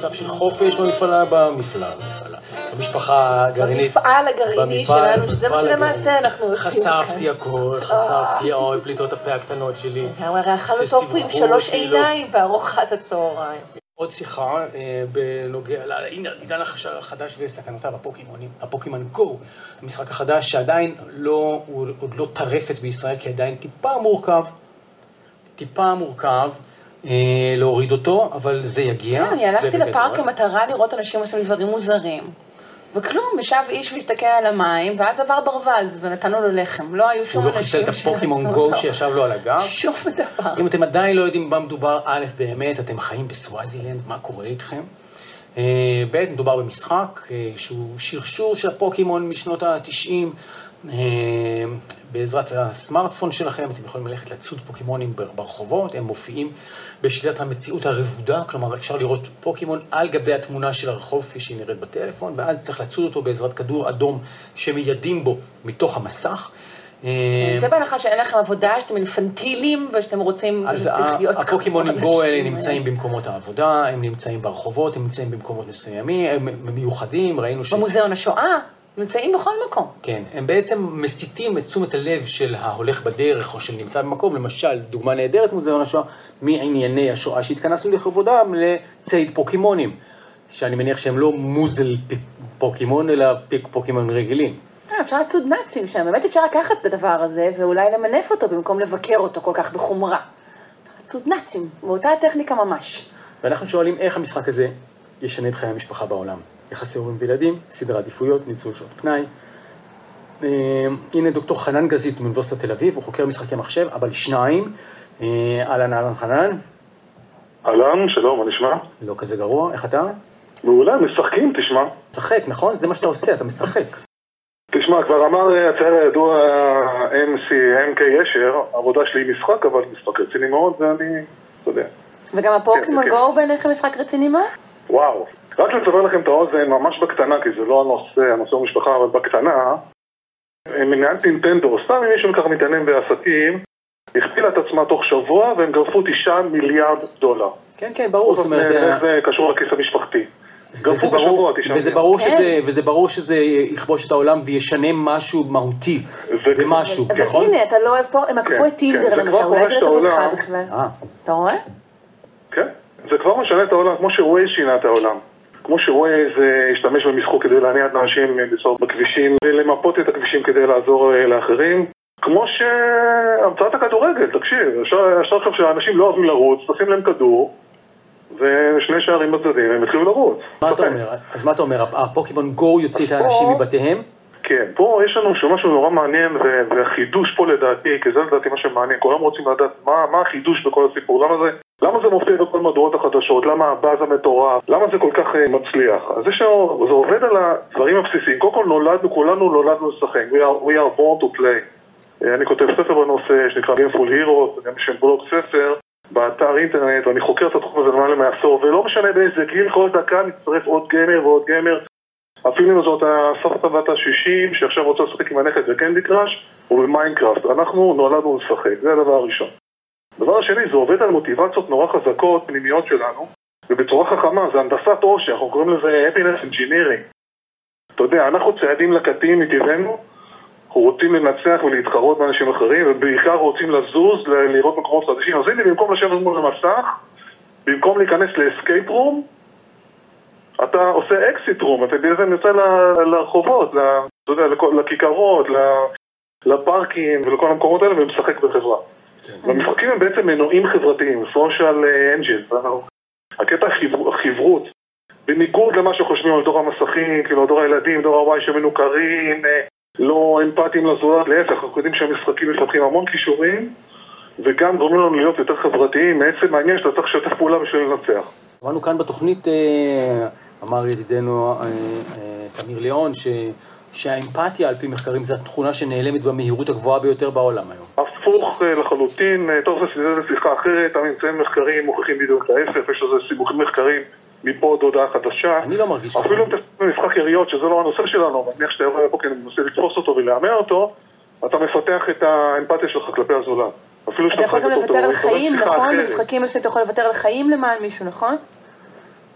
נוסף של חופש במפעל, במשפחה הגרעינית. במפעל הגרעיני שלנו, שזה מה שלמעשה אנחנו עושים. חשפתי הכל, חשפתי פליטות הפה הקטנות שלי. הרי אכלנו טופו עם 3 עיניים בארוחת הצהריים. עוד שיחה בנוגע לעידן החדש וסכנותיו, הפוקימון גו, המשחק החדש שעדיין עוד לא טרפת בישראל, כי עדיין טיפה מורכב להוריד אותו, אבל זה יגיע. כן, אני הלכתי לפארק המטרה לראות אנשים עושים דברים מוזרים. וכלום, ישב איש והסתכל על המים, ואז עבר ברווז, ונתנו לו לחם. לא היו שום אנשים הוא לא חיסל את הפוקימון גו שישב לו על הגב. שום דבר. אם אתם עדיין לא יודעים מה מדובר, א', באמת, אתם חיים בסוואזילנד, מה קורה איתכם? ב', מדובר במשחק שהוא שרשור של הפוקימון משנות ה-90, בעזרת הסמארטפון שלכם, אתם יכולים ללכת לצוד פוקימונים ברחובות, הם מופיעים בשיטת המציאות הרבודה, כלומר אפשר לראות פוקימון על גבי התמונה של הרחוב כפי שהיא נראית בטלפון, ואז צריך לצוד אותו בעזרת כדור אדום שמיידים בו מתוך המסך. זה בהנחה שאין לכם עבודה, שאתם אינפנטילים ושאתם רוצים לחיות כמו הפוקימונים גו האלה נמצאים במקומות העבודה, הם נמצאים ברחובות, הם נמצאים במקומות מסוימים, הם מיוחדים, ראינו במוזיאון השואה. נמצאים בכל מקום. כן, הם בעצם מסיטים את תשומת הלב של ההולך בדרך או של נמצא במקום, למשל, דוגמה נהדרת מוזיאון השואה, מענייני השואה שהתכנסנו לכבודם לצייד פוקימונים, שאני מניח שהם לא מוזל פוקימון, אלא פוקימון רגילים. אפשר לצוד נאצים שם, באמת אפשר לקחת את הדבר הזה ואולי למנף אותו במקום לבקר אותו כל כך בחומרה. לצוד נאצים, באותה הטכניקה ממש. ואנחנו שואלים איך המשחק הזה ישנה את חיי המשפחה בעולם. יחסי הורים וילדים, סדר עדיפויות, ניצול שעות פנאי. הנה דוקטור חנן גזית מאוניברסיטת תל אביב, הוא חוקר משחקי מחשב, אבל 2. אהלן חנן. אהלן, שלום, מה נשמע? לא כזה גרוע, איך אתה? מעולה, משחקים, תשמע. משחק, נכון? זה מה שאתה עושה, אתה משחק. תשמע, כבר אמר הצער הידוע MK ישר, העבודה שלי היא משחק, אבל משחק רציני מאוד, ואני, אתה יודע. וגם הפוקימון גו בעיניך משחק רציני מה? וואו. רק לסבר לכם את האוזן ממש בקטנה, כי זה לא הנושא במשפחה, אבל בקטנה, מנהלת נינטנדו, סתם אם מישהו ככה מתעניין בעסקים, הכפילה את עצמה תוך שבוע, והם גרפו 9 מיליארד דולר. כן, כן, ברור. זה קשור לכיס המשפחתי. גרפו בשבוע 9 מיליארד. וזה ברור שזה יכבוש את העולם וישנה משהו מהותי במשהו, נכון? אבל הנה, אתה לא אוהב פה, הם עקפו את טינדר למשל, אולי זה לטובתך בכלל. אתה רואה? כן, זה כבר משנה את העולם, כמו שווייז שינה את העולם. כמו שווייז השתמש במשחוק כדי להניע את האנשים לנסוע בכבישים ולמפות את הכבישים כדי לעזור לאחרים. כמו שהמצאת הכדורגל, תקשיב, אפשר לחשוב שהאנשים לא אוהבים לרוץ, תשים להם כדור ושני שערים בצדדים, הם התחילו לרוץ. אז מה אתה אומר? הפוקימון גו יוציא את האנשים מבתיהם? כן, פה יש לנו משהו נורא מעניין, והחידוש פה לדעתי, כי זה לדעתי מה שמעניין, כולם רוצים לדעת מה החידוש בכל הסיפור, למה זה מופיע בכל מהדורות החדשות, למה הבאז המטורף, למה זה כל כך מצליח. אז זה עובד על הדברים הבסיסיים, קודם כל כולנו נולדנו לשחק, we are born to play. אני כותב ספר בנושא שנקרא Gameful Heroes, גם בשם בלוג ספר, באתר אינטרנט, ואני חוקר את התחום הזה למעלה מעשור, ולא משנה באיזה גיל, כל דקה נצטרף עוד גיימר ועוד גיימר. אפילו אם זאת הסבתא בת ה-60 שעכשיו רוצה לשחק עם הנכד בקנדי קראש או במיינקראפט, אנחנו נולדנו לשחק, זה הדבר הראשון. הדבר השני, זה עובד על מוטיבציות נורא חזקות פנימיות שלנו, ובצורה חכמה, זה הנדסת עושר, אנחנו קוראים לזה happiness engineering. אתה יודע, אנחנו צעדים לקטים מטבענו, אנחנו רוצים לנצח ולהתחרות באנשים אחרים, ובעיקר רוצים לזוז, לראות מקומות חדשים. אז הנה, במקום לשבת מול המסך, במקום להיכנס לאסקייפ רום, אתה עושה אקסיט רום, אתה בעצם יוצא לרחובות, אתה יודע, לכיכרות, לפארקים ולכל המקומות האלה, ומשחק בחברה. והמשחקים הם בעצם מנועים חברתיים, social engines. הקטע החברות, בניגוד למה שחושבים על דור המסכים, כאילו דור הילדים, דור הוואי שמנוכרים, לא אמפתיים לזולת, להפך, אנחנו יודעים שהמשחקים מפתחים המון כישורים, וגם גורמים לנו להיות יותר חברתיים, מעצם העניין שאתה צריך לשתף פעולה בשביל לנצח. אמרנו כאן בתוכנית, אמר ידידנו תמיר ליאון, שהאמפתיה על פי מחקרים זו התכונה שנעלמת במהירות הגבוהה ביותר בעולם היום. הפוך לחלוטין, טוב זה שיחה אחרת, הממצאים מחקרים מוכיחים בדיוק את ההפך, יש לזה סיבוכים מחקרים מפה עוד הודעה חדשה. אני לא מרגיש ככה. אפילו אם תעשו משחק יריות, שזה לא הנושא שלנו, אבל נניח שאתה יבוא לפה כי אני מנסה לתפוס אותו ולאמן אותו, אתה מפתח את האמפתיה שלך כלפי הזולת. אתה יכול גם לוותר על חיים, נכון? במשחקים שאתה יכול לוותר על חיים למען מישהו, נכון?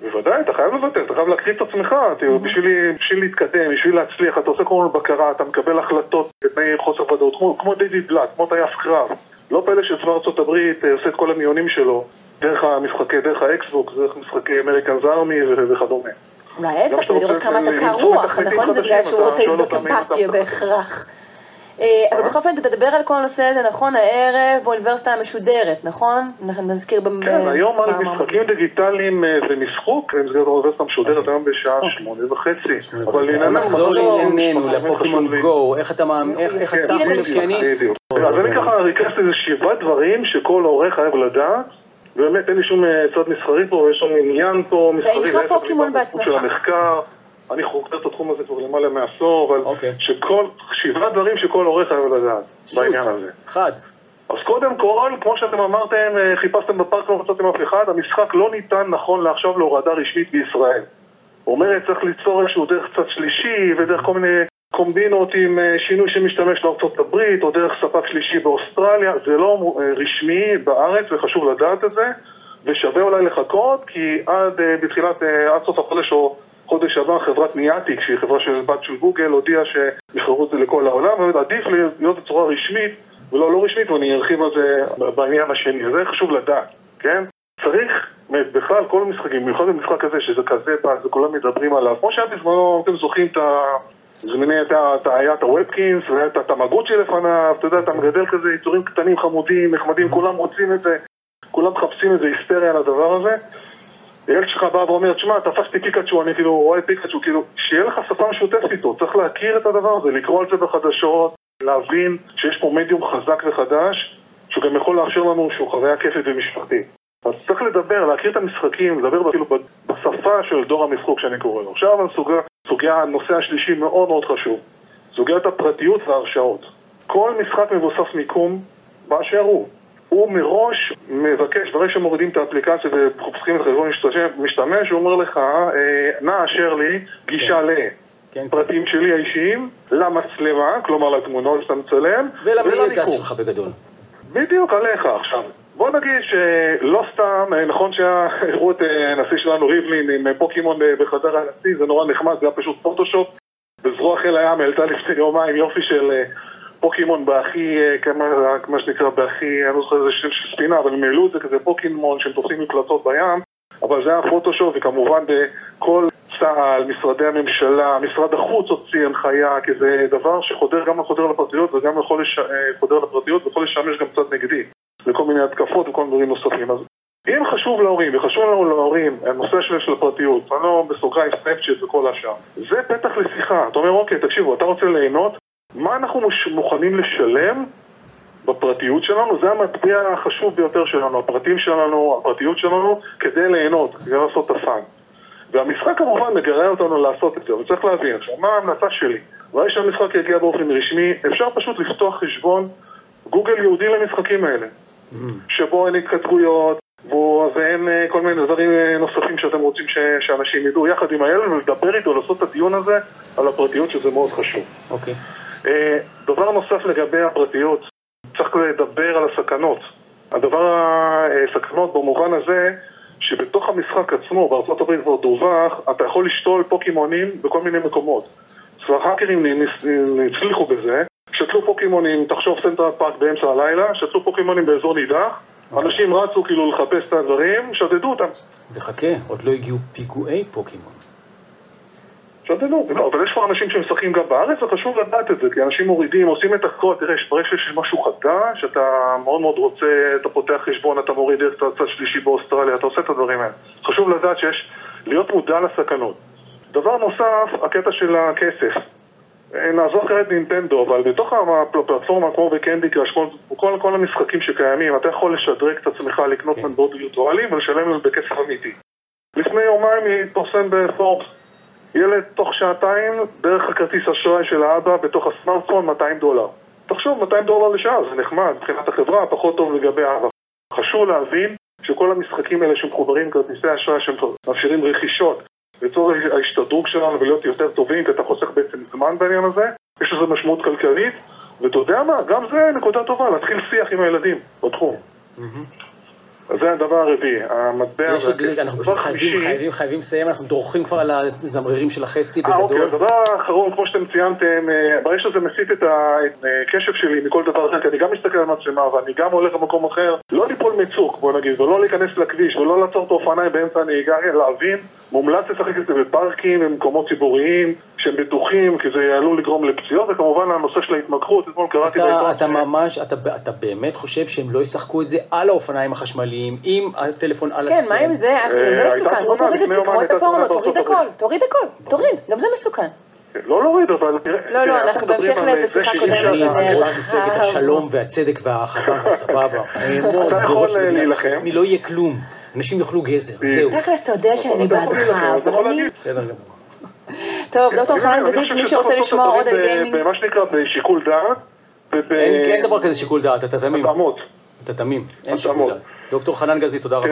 בוודאי, אתה חייב לוותר, אתה חייב להקריב את עצמך, בשביל להתקדם, בשביל להצליח, אתה עושה כל מיני בקרה, אתה מקבל החלטות בתנאי חוסר ודאות, כמו דיוויד בלאט, כמו טייס קרב. לא פלא שצבא ארצות הברית עושה את כל המיונים שלו דרך המשחקי, דרך האקסבוקס, דרך משחקי אמריקנס ארמי וכדומה. אולי ההפך, כדי לראות כמה אתה קר רוח, נכון? זה בגלל שהוא רוצה לבדוק אמפתיה בהכרח. אבל בכל אופן, אתה תדבר על כל הנושא הזה, נכון, הערב באוניברסיטה המשודרת, נכון? נזכיר כן, היום על משחקים דיגיטליים זה משחוק, במסגרת האוניברסיטה המשודרת, היום בשעה 8:30. אבל נחזור לענייננו, לפוקימון גו, איך אתה חושב שאני? אז אני ככה ריכזתי איזה 7 דברים שכל עורך חייב לדעת, ובאמת אין לי שום צד מסחרי פה, יש שם עניין פה מסחרי. ואינך פוקימון בעצמך. אני חוקר את התחום הזה כבר למעלה מעשור, אבל 7 דברים שכל עורך חייב לדעת בעניין הזה. אחד. אז קודם כל, כמו שאתם אמרתם, חיפשתם בפארק, לא מצאתם אף אחד, המשחק לא ניתן נכון לעכשיו להורדה רשמית בישראל. אומרת, צריך ליצור איזשהו דרך צד שלישי, ודרך כל מיני קומבינות עם שינוי שמשתמש לארצות הברית, או דרך ספק שלישי באוסטרליה. זה לא רשמי בארץ, וחשוב לדעת את זה, ושווה אולי לחכות, כי עד סוף החודש או חודש הבא חברת ניאטיק, שהיא חברה של בת של גוגל, הודיעה שיחררו את זה לכל העולם, ועדיף להיות בצורה רשמית ולא רשמית, ואני ארחיב על זה בעניין השני. זה חשוב לדעת, כן? צריך, בכלל, כל המשחקים, במיוחד במשחק הזה, שזה כזה פעם, זה כולם מדברים עליו. כמו שהיה בזמנו, אתם זוכרים היה את הוובקינס, והיה את המגוצ'י לפניו, אתה יודע, אתה מגדל כזה יצורים קטנים, חמודים, נחמדים, כולם רוצים את זה, כולם מחפשים איזה היסטריה על הדבר הזה. ילד שלך בא ואומר, תשמע, תפסתי פיקאצ'ו, אני כאילו רואה פיקאצ'ו, כאילו, שיהיה לך שפה משותפת איתו, צריך להכיר את הדבר הזה, לקרוא על זה בחדשות, להבין שיש פה מדיום חזק וחדש, שגם יכול לאפשר לנו שהוא חוויה כיפית ומשפחתית. אז צריך לדבר, להכיר את המשחקים, לדבר אפילו בשפה של דור המשחק שאני קורא לו. עכשיו סוגיה, הנושא השלישי מאוד מאוד חשוב, סוגיית הפרטיות וההרשאות. כל משחק מבוסס מיקום באשר הוא מראש מבקש, ברגע שמורידים את האפליקציה וחופכים את חשבון משתמש, הוא אומר לך, נא אשר לי גישה לפרטים שלי האישיים, למצלמה, כלומר לתמונות שאתה מצלם, ולמיקום שלך בגדול. בדיוק עליך עכשיו. בוא נגיד שלא סתם, נכון שהראו את הנשיא שלנו ריבלין עם פוקימון בחדר הנשיא, זה נורא נחמד, זה היה פשוט פוטושופ, בזרוע חיל הים העלתה לפני יומיים יופי של פוקימון בהכי, כמו שנקרא בהכי, אני לא זוכר איזה של ספינה, אבל הם העלו את זה כזה פוקימון שהם תופסים מפלצות בים, אבל זה היה פוטושופ, וכמובן בכל צה"ל, משרדי הממשלה, משרד החוץ הוציא הנחיה, כי זה דבר שחודר גם לחודר לפרטיות וגם חודר לפרטיות ויכול לשמש גם קצת נגדי, לכל מיני התקפות וכל מיני דברים נוספים. אז אם חשוב להורים, וחשוב לנו להורים, הנושא של הפרטיות, אני לא בסוגריים סנאפצ'אט וכל השאר, זה פתח לשיחה. אתה אומר, אוקיי, תקשיבו, אתה רוצה ליהנות, מה אנחנו מוכנים לשלם בפרטיות שלנו? זה המטבע החשוב ביותר שלנו, הפרטים שלנו, הפרטיות שלנו, כדי ליהנות, כדי לעשות את הפאן. והמשחק כמובן מגרה אותנו לעשות את זה, אבל צריך להבין, עכשיו, מה ההמלצה שלי? ואולי שהמשחק יגיע באופן רשמי, אפשר פשוט לפתוח חשבון גוגל יהודי למשחקים האלה, שבו אין התכתבויות, ואין כל מיני דברים נוספים שאתם רוצים שאנשים ידעו יחד עם הילד, ולדבר איתו, לעשות את הדיון הזה על הפרטיות, שזה מאוד חשוב. אוקיי. דבר נוסף לגבי הפרטיות, צריך לדבר על הסכנות. הסכנות במובן הזה, שבתוך המשחק עצמו, בארצות הברית כבר דווח, אתה יכול לשתול פוקימונים בכל מיני מקומות. האקרים הצליחו בזה, שתלו פוקימונים, תחשוב סנטרל פארק באמצע הלילה, שתלו פוקימונים באזור נידח, אנשים רצו כאילו לחפש את הדברים, שדדו אותם. וחכה, עוד לא הגיעו פיגועי פוקימון. שדדו, לא, אבל יש כבר אנשים שמשחקים גם בארץ, וחשוב לדעת את זה, כי אנשים מורידים, עושים את הכל, תראה, ברגע שיש משהו חדש, אתה מאוד מאוד רוצה, אתה פותח חשבון, אתה מוריד את הצד שלישי באוסטרליה, אתה עושה את הדברים האלה. חשוב לדעת להיות מודע לסכנות. דבר נוסף, הקטע של הכסף. נעזור כעת נינטנדו, אבל בתוך הפלטפורמה כמו בקנדי קראש, כל המשחקים שקיימים, אתה יכול לשדרג את עצמך, לקנות מטבעות וירטואליים ולשלם לזה בכסף אמיתי. לפני יומיים התפרסם בפורבס, ילד תוך שעתיים דרך הכרטיס אשראי של האבא בתוך הסמארטפון $200. תחשוב, $200 לשעה, זה נחמד, מבחינת החברה, פחות טוב לגבי האבא. חשוב להבין שכל המשחקים האלה שמחוברים כרטיסי אשראי שמאפשרים רכישות לצורך ההשתדרוג שלנו ולהיות יותר טובים, כי אתה חוסך בעצם זמן בעניין הזה, יש לזה משמעות כלכלית, ואתה יודע מה, גם זה נקודה טובה, להתחיל שיח עם הילדים בתחום. אז זה הדבר הרביעי, המטבע אנחנו פשוט חייבים לסיים, אנחנו דורכים כבר על הזמררים של החצי בגדול. אוקיי, הדבר האחרון, כמו שאתם ציינתם, ברגע שזה מסיט את הקשב שלי מכל דבר אחר, כי אני גם מסתכל על מצלמה ואני גם הולך למקום אחר, לא ליפול מצוק, בוא נגיד, ולא להיכנס לכביש, ולא לעצור את האופניים באמצע הנהיגה, להבין, מומלץ לשחק את זה בפארקים, במקומות ציבוריים, שהם בטוחים, כי זה עלול לגרום לפציעות, וכמובן הנושא של ההתמקחות, אתמול קראתי אתה באמת חושב שהם לא ישחקו את זה על האופניים החשמליים, עם הטלפון על כן, מה עם זה? זה מסוכן. בוא תוריד את זה, כמו את הפורנו, תוריד הכל, גם זה מסוכן. לא להוריד, אבל... לא, אנחנו בהמשך לאיזה שיחה קודמת. ראש מפלגת השלום והצדק והאחווה והסבבה. אתה יכול להילחם. לא יהיה כלום. אנשים יאכלו גזר, זהו. תכלס, אתה יודע שאני בעדך, אבל אני... טוב, דוקטור חנן גזית, מי שרוצה לשמוע עוד על גיימינג... במה שנקרא בשיקול דעת. אין דבר כזה שיקול דעת, אתה תמים. התאמות. אתה תמים, אין שיקול דעת. דוקטור חנן גזית, תודה רבה.